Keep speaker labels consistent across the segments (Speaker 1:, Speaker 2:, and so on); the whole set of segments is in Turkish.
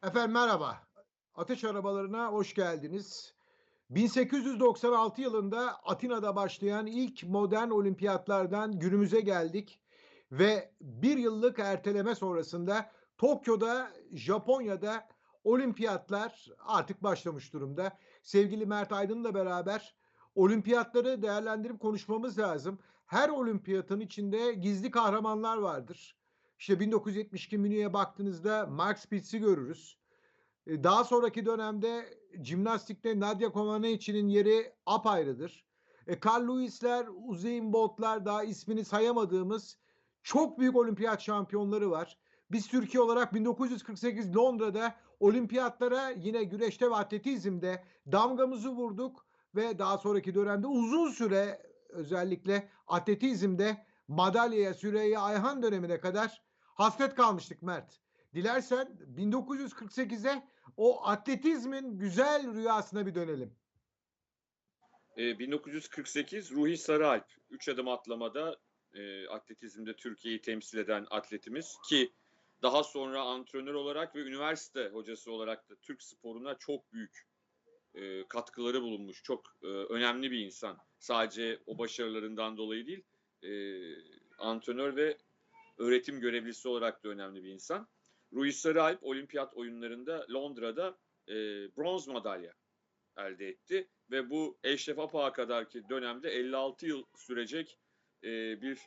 Speaker 1: Efendim merhaba. Ateş arabalarına hoş geldiniz. 1896 yılında Atina'da başlayan ilk modern olimpiyatlardan günümüze geldik ve bir yıllık erteleme sonrasında Tokyo'da, Japonya'da olimpiyatlar artık başlamış durumda. Sevgili Mert Aydın'la beraber olimpiyatları değerlendirip konuşmamız lazım. Her olimpiyatın içinde gizli kahramanlar vardır. İşte 1972 Münih'e baktığınızda Mark Spitz'i görürüz. Daha sonraki dönemde jimnastikte Nadia Comaneci'nin yeri apayrıdır. Carl Lewis'ler, Usain Bolt'lar daha ismini sayamadığımız çok büyük olimpiyat şampiyonları var. Biz Türkiye olarak 1948 Londra'da olimpiyatlara yine güreşte ve atletizmde damgamızı vurduk ve daha sonraki dönemde uzun süre özellikle atletizmde madalyaya Süreyya Ayhan dönemine kadar hasret kalmıştık Mert. Dilersen 1948'e o atletizmin güzel rüyasına bir dönelim.
Speaker 2: 1948 Ruhi Sarıalp 3 adım atlamada atletizmde Türkiye'yi temsil eden atletimiz ki daha sonra antrenör olarak ve üniversite hocası olarak da Türk sporuna çok büyük katkıları bulunmuş. Çok önemli bir insan. Sadece o başarılarından dolayı değil, antrenör ve öğretim görevlisi olarak da önemli bir insan. Ruhi Sarıalp olimpiyat oyunlarında Londra'da bronz madalya elde etti ve bu Eşref Apak'a kadarki dönemde 56 yıl sürecek bir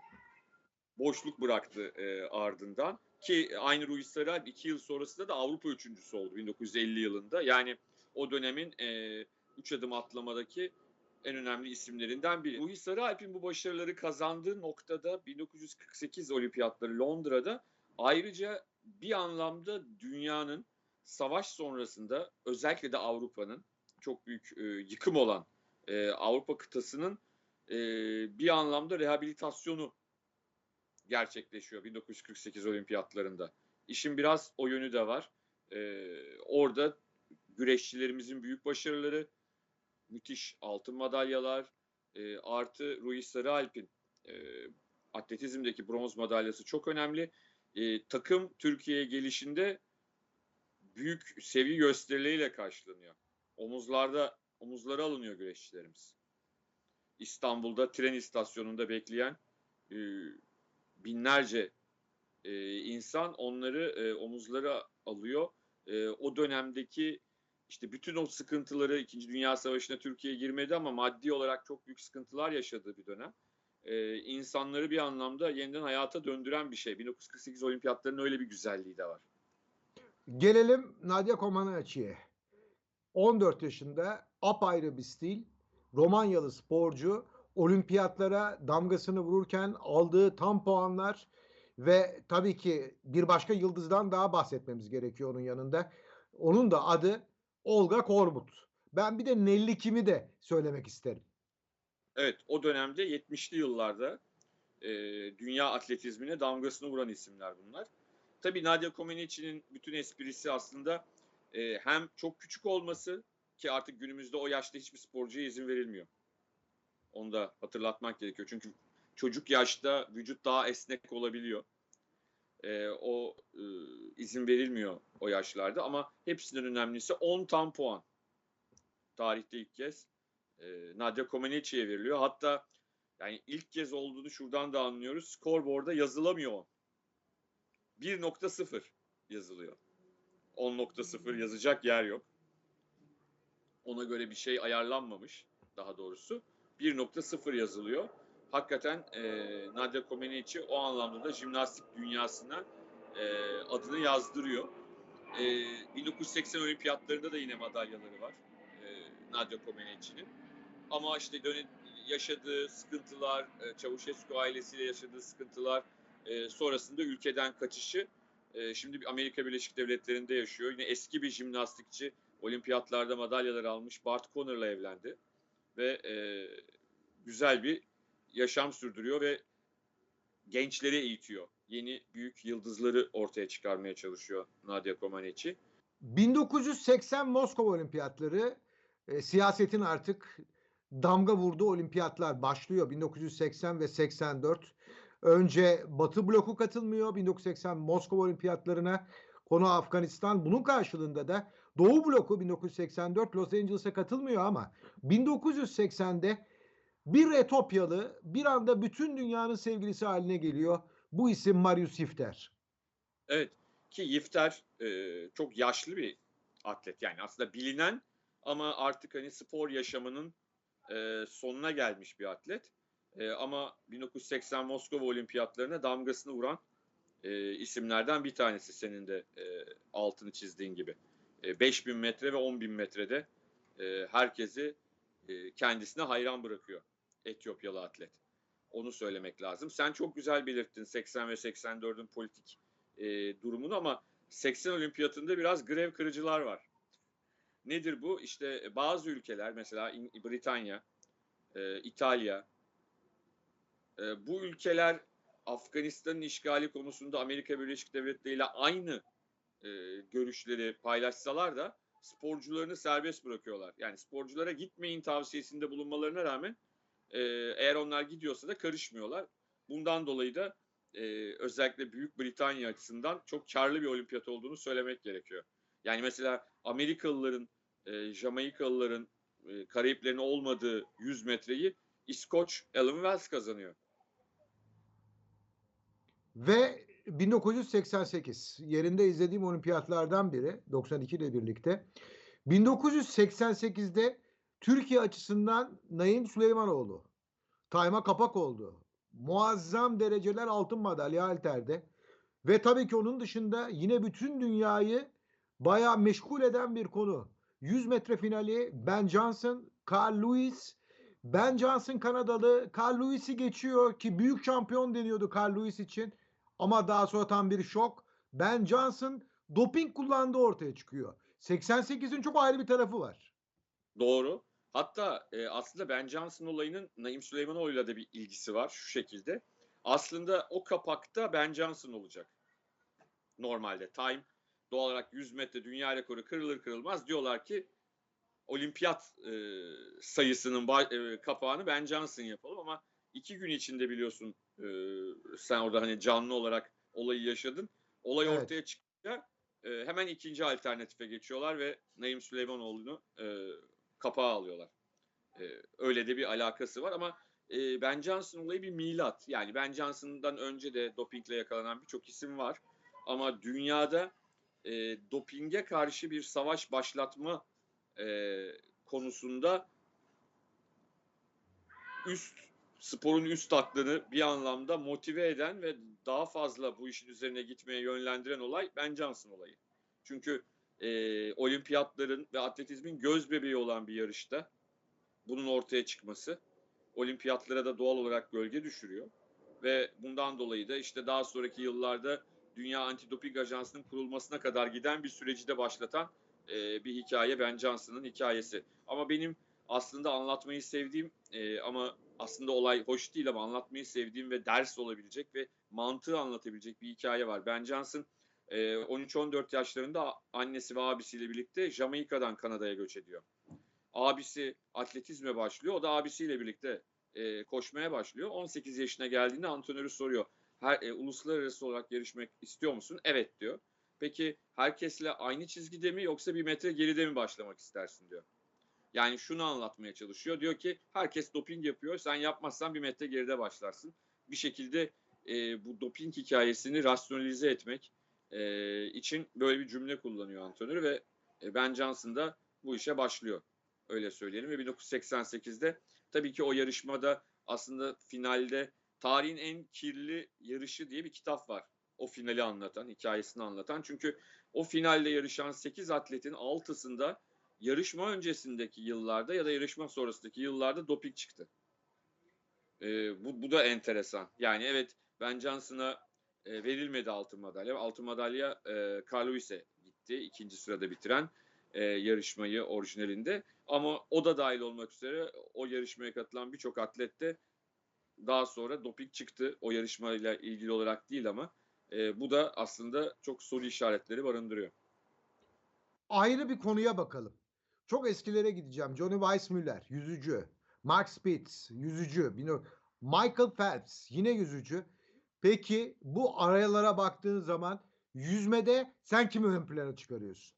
Speaker 2: boşluk bıraktı ardından ki aynı Ruhi Sarıalp 2 yıl sonrasında da Avrupa üçüncüsü oldu 1950 yılında. Yani o dönemin 3 adım atlamadaki en önemli isimlerinden biri. Ruhi Sarıalp'in bu başarıları kazandığı noktada 1948 Olimpiyatları Londra'da ayrıca bir anlamda dünyanın savaş sonrasında özellikle de Avrupa'nın çok büyük yıkım olan Avrupa kıtasının bir anlamda rehabilitasyonu gerçekleşiyor 1948 olimpiyatlarında. İşin biraz o yönü de var. Orada güreşçilerimizin büyük başarıları, müthiş altın madalyalar, artı Ruhi Sarıalp'in atletizmdeki bronz madalyası çok önemli. Takım Türkiye'ye gelişinde büyük seviye gösterileriyle karşılanıyor. Omuzlara alınıyor güreşçilerimiz. İstanbul'da tren istasyonunda bekleyen binlerce insan onları omuzlara alıyor. O dönemdeki işte bütün o sıkıntıları, İkinci Dünya Savaşı'na Türkiye girmedi ama maddi olarak çok büyük sıkıntılar yaşadığı bir dönem. İnsanları bir anlamda yeniden hayata döndüren bir şey. 1948 olimpiyatlarının öyle bir güzelliği de var.
Speaker 1: Gelelim Nadia Comaneci'ye. 14 yaşında apayrı bir stil, Romanyalı sporcu olimpiyatlara damgasını vururken aldığı tam puanlar ve tabii ki bir başka yıldızdan daha bahsetmemiz gerekiyor onun yanında. Onun da adı Olga Korbut. Ben bir de Nelli Kim'i de söylemek isterim.
Speaker 2: Evet, o dönemde 70'li yıllarda dünya atletizmine damgasını vuran isimler bunlar. Tabii Nadia Comaneci'nin bütün esprisi aslında hem çok küçük olması ki artık günümüzde o yaşta hiçbir sporcuya izin verilmiyor. Onu da hatırlatmak gerekiyor. Çünkü çocuk yaşta vücut daha esnek olabiliyor. O izin verilmiyor o yaşlarda ama hepsinden önemlisi 10 tam puan. Tarihte ilk kez Nadia Comaneci'ye veriliyor. Hatta yani ilk kez olduğunu şuradan da anlıyoruz. Scoreboard'a yazılamıyor. 1.0 yazılıyor. 10.0 yazacak yer yok. Ona göre bir şey ayarlanmamış daha doğrusu. 1.0 yazılıyor. Hakikaten Nadia Comaneci o anlamda da jimnastik dünyasına adını yazdırıyor. 1980 olimpiyatlarında da yine madalyaları var Nadia Comaneci'nin. Ama işte yaşadığı sıkıntılar, Çavuşescu ailesiyle yaşadığı sıkıntılar, sonrasında ülkeden kaçışı, şimdi Amerika Birleşik Devletleri'nde yaşıyor. Yine eski bir jimnastikçi, olimpiyatlarda madalyalar almış Bart Connor'la evlendi ve güzel bir yaşam sürdürüyor ve gençleri eğitiyor. Yeni büyük yıldızları ortaya çıkarmaya çalışıyor Nadia Comaneci.
Speaker 1: 1980 Moskova Olimpiyatları siyasetin artık damga vurduğu olimpiyatlar başlıyor. 1980 ve 84. Önce Batı bloku katılmıyor 1980 Moskova Olimpiyatlarına. Konu Afganistan. Bunun karşılığında da Doğu bloku 1984 Los Angeles'a katılmıyor ama 1980'de bir Etopyalı bir anda bütün dünyanın sevgilisi haline geliyor. Bu isim Marius Hifter.
Speaker 2: Evet, ki Yifter çok yaşlı bir atlet. Yani aslında bilinen ama artık hani spor yaşamının sonuna gelmiş bir atlet. Ama 1980 Moskova Olimpiyatlarına damgasını vuran isimlerden bir tanesi, senin de altını çizdiğin gibi. 5000 metre ve 10.000 metrede herkesi kendisine hayran bırakıyor Etiyopyalı atlet. Onu söylemek lazım. Sen çok güzel belirttin 80 ve 84'ün politik durumunu, ama 80 olimpiyatında biraz grev kırıcılar var. Nedir bu? İşte bazı ülkeler, mesela Britanya, İtalya, bu ülkeler Afganistan'ın işgali konusunda Amerika Birleşik Devletleri ile aynı görüşleri paylaşsalar da sporcularını serbest bırakıyorlar. Yani sporculara gitmeyin tavsiyesinde bulunmalarına rağmen eğer onlar gidiyorsa da karışmıyorlar. Bundan dolayı da özellikle Büyük Britanya açısından çok karlı bir olimpiyat olduğunu söylemek gerekiyor. Yani mesela Amerikalıların, Jamaikalıların, Karayiplerin olmadığı 100 metreyi İskoç Alan Wells kazanıyor.
Speaker 1: Ve 1988 yerinde izlediğim olimpiyatlardan biri 92 ile birlikte. 1988'de Türkiye açısından Naim Süleymanoğlu Tayma kapak oldu. Muazzam dereceler altın madalya halterde. Ve tabii ki onun dışında yine bütün dünyayı bayağı meşgul eden bir konu. 100 metre finali Ben Johnson, Carl Lewis. Ben Johnson Kanadalı. Carl Lewis'i geçiyor ki büyük şampiyon deniyordu Carl Lewis için. Ama daha sonra tam bir şok. Ben Johnson doping kullandığı ortaya çıkıyor. 88'in çok ayrı bir tarafı var.
Speaker 2: Doğru. Hatta aslında Ben Johnson olayının Naim Süleymanoğlu'yla da bir ilgisi var şu şekilde. Aslında o kapakta Ben Johnson olacak normalde. Time doğal olarak 100 metre dünya rekoru kırılır kırılmaz diyorlar ki olimpiyat sayısının kapağını Ben Johnson yapalım, ama 2 gün içinde biliyorsun, sen orada hani canlı olarak olayı yaşadın. Olay
Speaker 1: Evet.
Speaker 2: ortaya çıkınca hemen ikinci alternatife geçiyorlar ve Naim Süleymanoğlu'nu kapağa alıyorlar. Öyle de bir alakası var, ama Ben Johnson olayı bir milat. Yani Ben Johnson'dan önce de dopingle yakalanan birçok isim var. Ama dünyada dopinge karşı bir savaş başlatma konusunda üst sporun üst aklını bir anlamda motive eden ve daha fazla bu işin üzerine gitmeye yönlendiren olay Ben Johnson olayı. Çünkü olimpiyatların ve atletizmin göz bebeği olan bir yarışta bunun ortaya çıkması olimpiyatlara da doğal olarak gölge düşürüyor. Ve bundan dolayı da işte daha sonraki yıllarda Dünya Antidoping Ajansı'nın kurulmasına kadar giden bir süreci de başlatan bir hikaye Ben Johnson'ın hikayesi. Ama benim aslında anlatmayı sevdiğim ama aslında olay hoş değil ama anlatmayı sevdiğim ve ders olabilecek ve mantığı anlatabilecek bir hikaye var. Ben Johnson 13-14 yaşlarında annesi ve abisiyle birlikte Jamaika'dan Kanada'ya göç ediyor. Abisi atletizme başlıyor. O da abisiyle birlikte koşmaya başlıyor. 18 yaşına geldiğinde antrenörü soruyor. Uluslararası olarak yarışmak istiyor musun? Evet diyor. Peki herkesle aynı çizgide mi yoksa bir metre geride mi başlamak istersin diyor. Yani şunu anlatmaya çalışıyor. Diyor ki herkes doping yapıyor. Sen yapmazsan bir metre geride başlarsın. Bir şekilde bu doping hikayesini rasyonalize etmek için böyle bir cümle kullanıyor antrenörü ve Ben Johnson da bu işe başlıyor. Öyle söyleyelim. Ve 1988'de tabii ki o yarışmada aslında finalde tarihin en kirli yarışı diye bir kitap var. O finali anlatan, hikayesini anlatan. Çünkü o finalde yarışan 8 atletin 6'sında yarışma öncesindeki yıllarda ya da yarışma sonrasındaki yıllarda doping çıktı. Bu da enteresan. Yani evet, Ben Johnson'a verilmedi altın madalya. Altın madalya Carl Lewis'e gitti. İkinci sırada bitiren yarışmayı orijinalinde. Ama o da dahil olmak üzere o yarışmaya katılan birçok atlette daha sonra doping çıktı. O yarışmayla ilgili olarak değil ama bu da aslında çok soru işaretleri barındırıyor.
Speaker 1: Ayrı bir konuya bakalım. Çok eskilere gideceğim. Johnny Weissmuller, yüzücü. Mark Spitz, yüzücü. Michael Phelps, yine yüzücü. Peki bu arayalara baktığın zaman Yüzmede sen kimi ön plana çıkarıyorsun?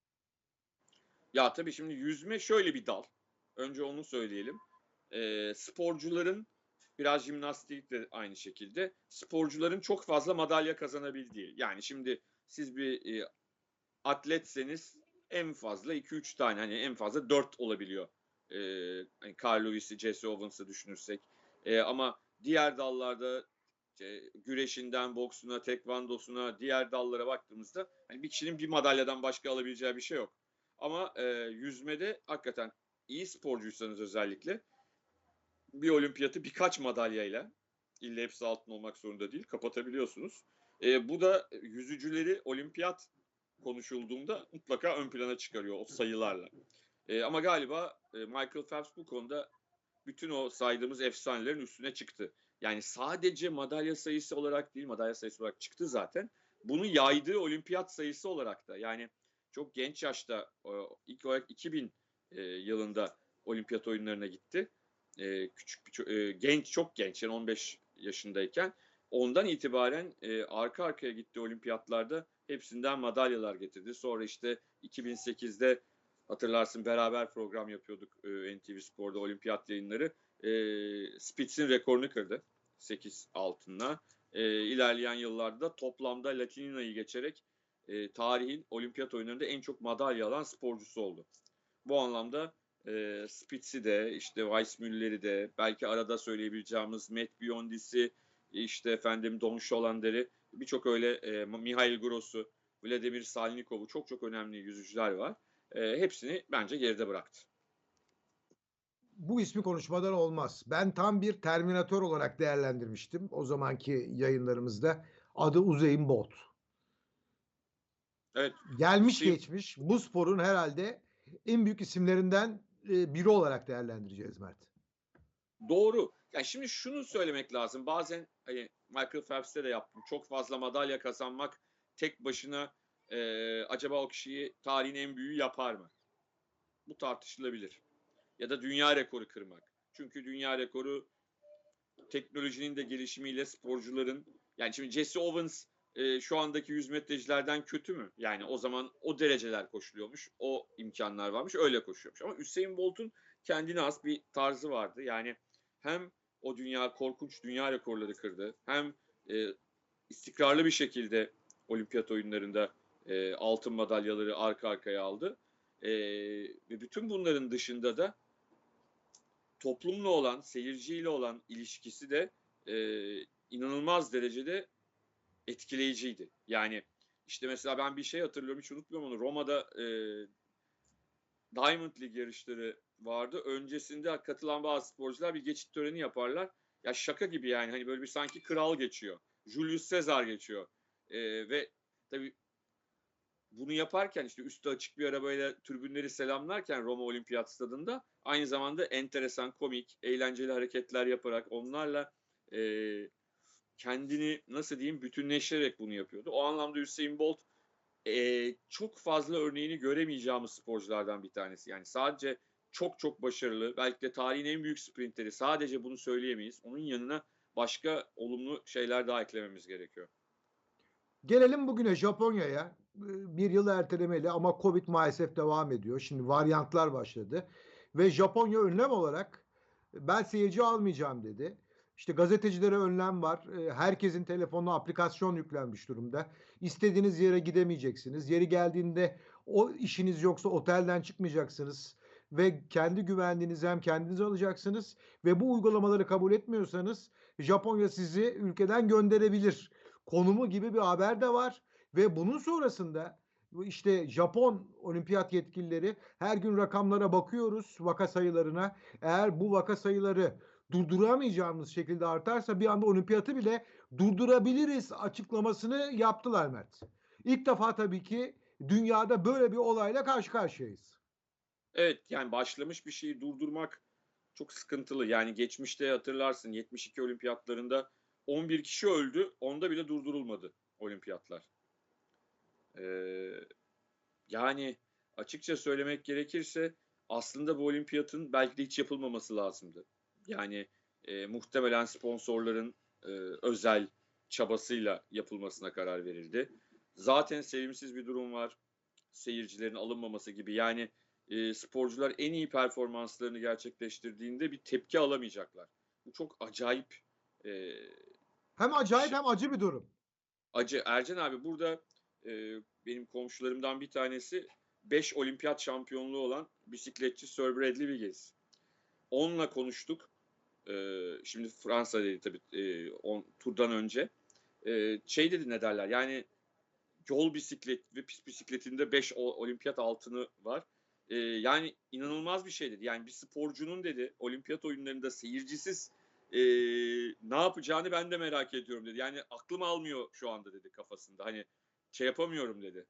Speaker 2: Ya tabii şimdi yüzme şöyle bir dal. Önce onu söyleyelim. Sporcuların biraz jimnastik de aynı şekilde sporcuların çok fazla madalya kazanabildiği. Yani şimdi siz bir atletseniz en fazla 2-3 tane hani en fazla 4 olabiliyor. Hani Carl Lewis'i, Jesse Owens'ı düşünürsek. Ama diğer dallarda güreşinden boksuna, tekvandosuna, diğer dallara baktığımızda hani bir kişinin bir madalyadan başka alabileceği bir şey yok. Ama yüzmede hakikaten iyi sporcuysanız özellikle bir olimpiyatı birkaç madalyayla, illa hepsi altın olmak zorunda değil, kapatabiliyorsunuz. Bu da yüzücüleri olimpiyat konuşulduğunda mutlaka ön plana çıkarıyor o sayılarla. Ama galiba Michael Phelps bu konuda bütün o saydığımız efsanelerin üstüne çıktı. Yani sadece madalya sayısı olarak değil, madalya sayısı olarak çıktı zaten. Bunu yaydığı olimpiyat sayısı olarak da. Yani çok genç yaşta ilk olarak 2000 yılında olimpiyat oyunlarına gitti. Küçük genç, çok genç, yani 15 yaşındayken. Ondan itibaren arka arkaya gitti olimpiyatlarda hepsinden madalyalar getirdi. Sonra işte 2008'de hatırlarsın beraber program yapıyorduk NTV Spor'da olimpiyat yayınları. Spitz'in rekorunu kırdı 8 altınla. İlerleyen yıllarda toplamda Latinina'yı geçerek tarihin olimpiyat oyunlarında en çok madalya alan sporcusu oldu. Bu anlamda Spitz'i de işte Weissmüller'i de belki arada söyleyebileceğimiz Matt Biondis'i işte efendim Don Scholander'i birçok öyle Mihail Gross'u Vladimir Salnikov'u çok önemli yüzücüler var. Hepsini bence geride bıraktı.
Speaker 1: Bu ismi konuşmadan olmaz. Ben tam bir Terminator olarak değerlendirmiştim o zamanki yayınlarımızda. Adı Usain Bolt.
Speaker 2: Evet,
Speaker 1: Gelmiş
Speaker 2: Hüseyin
Speaker 1: geçmiş bu sporun herhalde en büyük isimlerinden biri olarak değerlendireceğiz Mert.
Speaker 2: doğru. Yani şimdi şunu söylemek lazım. Bazen hani Michael Phelps'te de yaptım. Çok fazla madalya kazanmak tek başına acaba o kişiyi tarihin en büyüğü yapar mı? Bu tartışılabilir. Ya da dünya rekoru kırmak. Çünkü dünya rekoru teknolojinin de gelişimiyle sporcuların yani şimdi Jesse Owens şu andaki 100 metrecilerden kötü mü? Yani o zaman o dereceler koşuluyormuş. O imkanlar varmış. Öyle koşuyormuş. Ama Usain Bolt'un kendine has bir tarzı vardı. Yani hem o korkunç dünya rekorları kırdı. Hem e, istikrarlı bir şekilde olimpiyat oyunlarında altın madalyaları arka arkaya aldı. Ve bütün bunların dışında da toplumla olan, seyirciyle olan ilişkisi de e, inanılmaz derecede etkileyiciydi. Yani işte mesela ben bir şey hatırlıyorum, hiç unutmuyorum onu. Roma'da Diamond League yarışları vardı. Öncesinde katılan bazı sporcular bir geçit töreni yaparlar. Ya şaka gibi yani hani böyle bir sanki kral geçiyor. Julius Caesar geçiyor. Ve tabii bunu yaparken işte üstü açık bir arabayla tribünleri selamlarken Roma Olimpiyat Stadında aynı zamanda enteresan, komik, eğlenceli hareketler yaparak onlarla e, kendini nasıl diyeyim bütünleştirerek bunu yapıyordu. O anlamda Usain Bolt çok fazla örneğini göremeyeceğimiz sporculardan bir tanesi. Yani sadece çok başarılı, belki de tarihin en büyük sprinteri. Sadece bunu söyleyemeyiz. Onun yanına başka olumlu şeyler daha eklememiz gerekiyor.
Speaker 1: Gelelim bugüne Japonya'ya. Bir yıl ertelemeli ama Covid maalesef devam ediyor. Şimdi varyantlar başladı. Ve Japonya önlem olarak ben seyirci almayacağım dedi. İşte gazetecilere önlem var. Herkesin telefonuna aplikasyon yüklenmiş durumda. İstediğiniz yere gidemeyeceksiniz. Yeri geldiğinde o işiniz yoksa otelden çıkmayacaksınız. Ve kendi güvenliğinizi hem kendiniz alacaksınız. Ve bu uygulamaları kabul etmiyorsanız Japonya sizi ülkeden gönderebilir konumu gibi bir haber de var ve bunun sonrasında işte Japon olimpiyat yetkilileri her gün rakamlara bakıyoruz vaka sayılarına. Eğer bu vaka sayıları durduramayacağımız şekilde artarsa bir anda olimpiyatı bile durdurabiliriz açıklamasını yaptılar Mert. İlk defa tabii ki dünyada böyle bir olayla karşı karşıyayız.
Speaker 2: Evet yani başlamış bir şeyi durdurmak çok sıkıntılı. Yani geçmişte hatırlarsın 72 olimpiyatlarında 11 kişi öldü. Onda bile durdurulmadı olimpiyatlar. Ee, Yani açıkça söylemek gerekirse aslında bu olimpiyatın belki de hiç yapılmaması lazımdı. Yani muhtemelen sponsorların özel çabasıyla yapılmasına karar verildi. Zaten sevimsiz bir durum var. Seyircilerin alınmaması gibi. Yani sporcular en iyi performanslarını gerçekleştirdiğinde bir tepki alamayacaklar. Bu çok acayip eee,
Speaker 1: Hem
Speaker 2: bir
Speaker 1: acayip
Speaker 2: şey.
Speaker 1: hem acı bir durum.
Speaker 2: Acı. Ercan abi burada benim komşularımdan bir tanesi 5 olimpiyat şampiyonluğu olan bisikletçi Sir Bradley Wiggins. Onunla konuştuk. Şimdi Fransa'daydı tabii turdan önce. Şey dedi, ne derler yani, yol bisiklet ve pist bisikletinde 5 olimpiyat altını var. Yani inanılmaz bir şey dedi. Yani bir sporcunun dedi olimpiyat oyunlarında seyircisiz ne yapacağını ben de merak ediyorum dedi. Yani aklım almıyor şu anda dedi kafasında. Hani şey yapamıyorum dedi.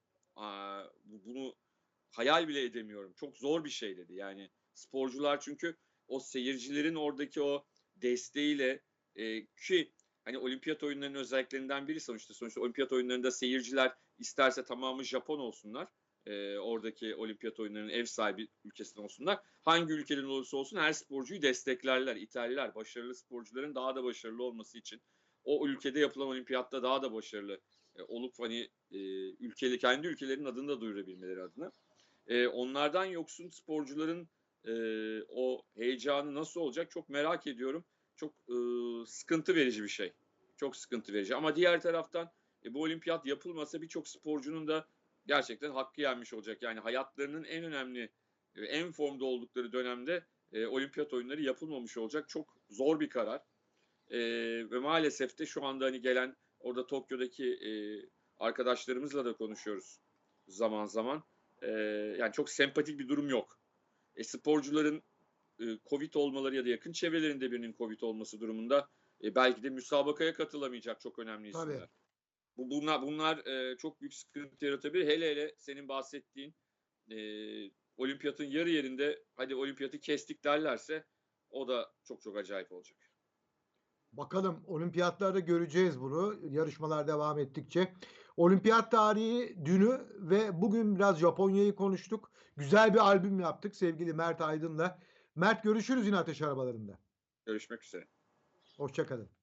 Speaker 2: Bunu hayal bile edemiyorum. Çok zor bir şey dedi. Yani sporcular çünkü o seyircilerin oradaki o desteğiyle ki hani olimpiyat oyunlarının özelliklerinden biri sonuçta. Sonuçta olimpiyat oyunlarında seyirciler isterse tamamı Japon olsunlar. Oradaki olimpiyat oyunlarının ev sahibi ülkesinden olsunlar. Hangi ülkeden olursa olsun her sporcuyu desteklerler, iterler. Başarılı sporcuların daha da başarılı olması için. O ülkede yapılan olimpiyatta daha da başarılı olup hani kendi ülkelerinin adını da duyurabilmeleri adına. Onlardan yoksun sporcuların o heyecanı nasıl olacak çok merak ediyorum. Çok sıkıntı verici bir şey. Çok sıkıntı verici. Ama diğer taraftan bu olimpiyat yapılmasa birçok sporcunun da gerçekten hakkı yenmiş olacak. Yani hayatlarının en önemli, en formda oldukları dönemde olimpiyat oyunları yapılmamış olacak. Çok zor bir karar. Ve maalesef de şu anda hani gelen orada Tokyo'daki arkadaşlarımızla da konuşuyoruz zaman zaman. Yani çok sempatik bir durum yok. Sporcuların Covid olmaları ya da yakın çevrelerinde birinin Covid olması durumunda belki de müsabakaya katılamayacak çok önemli
Speaker 1: Tabii.
Speaker 2: isimler. Bunlar çok büyük sıkıntı yaratabilir. Hele hele senin bahsettiğin e, olimpiyatın yarı yerinde hadi olimpiyatı kestik derlerse o da çok çok acayip olacak.
Speaker 1: Bakalım olimpiyatlarda göreceğiz bunu. Yarışmalar devam ettikçe. Olimpiyat tarihi dünü ve bugün biraz Japonya'yı konuştuk. Güzel bir albüm yaptık sevgili Mert Aydın'la. Mert görüşürüz yine ateş arabalarında.
Speaker 2: Görüşmek üzere.
Speaker 1: Hoşça kalın.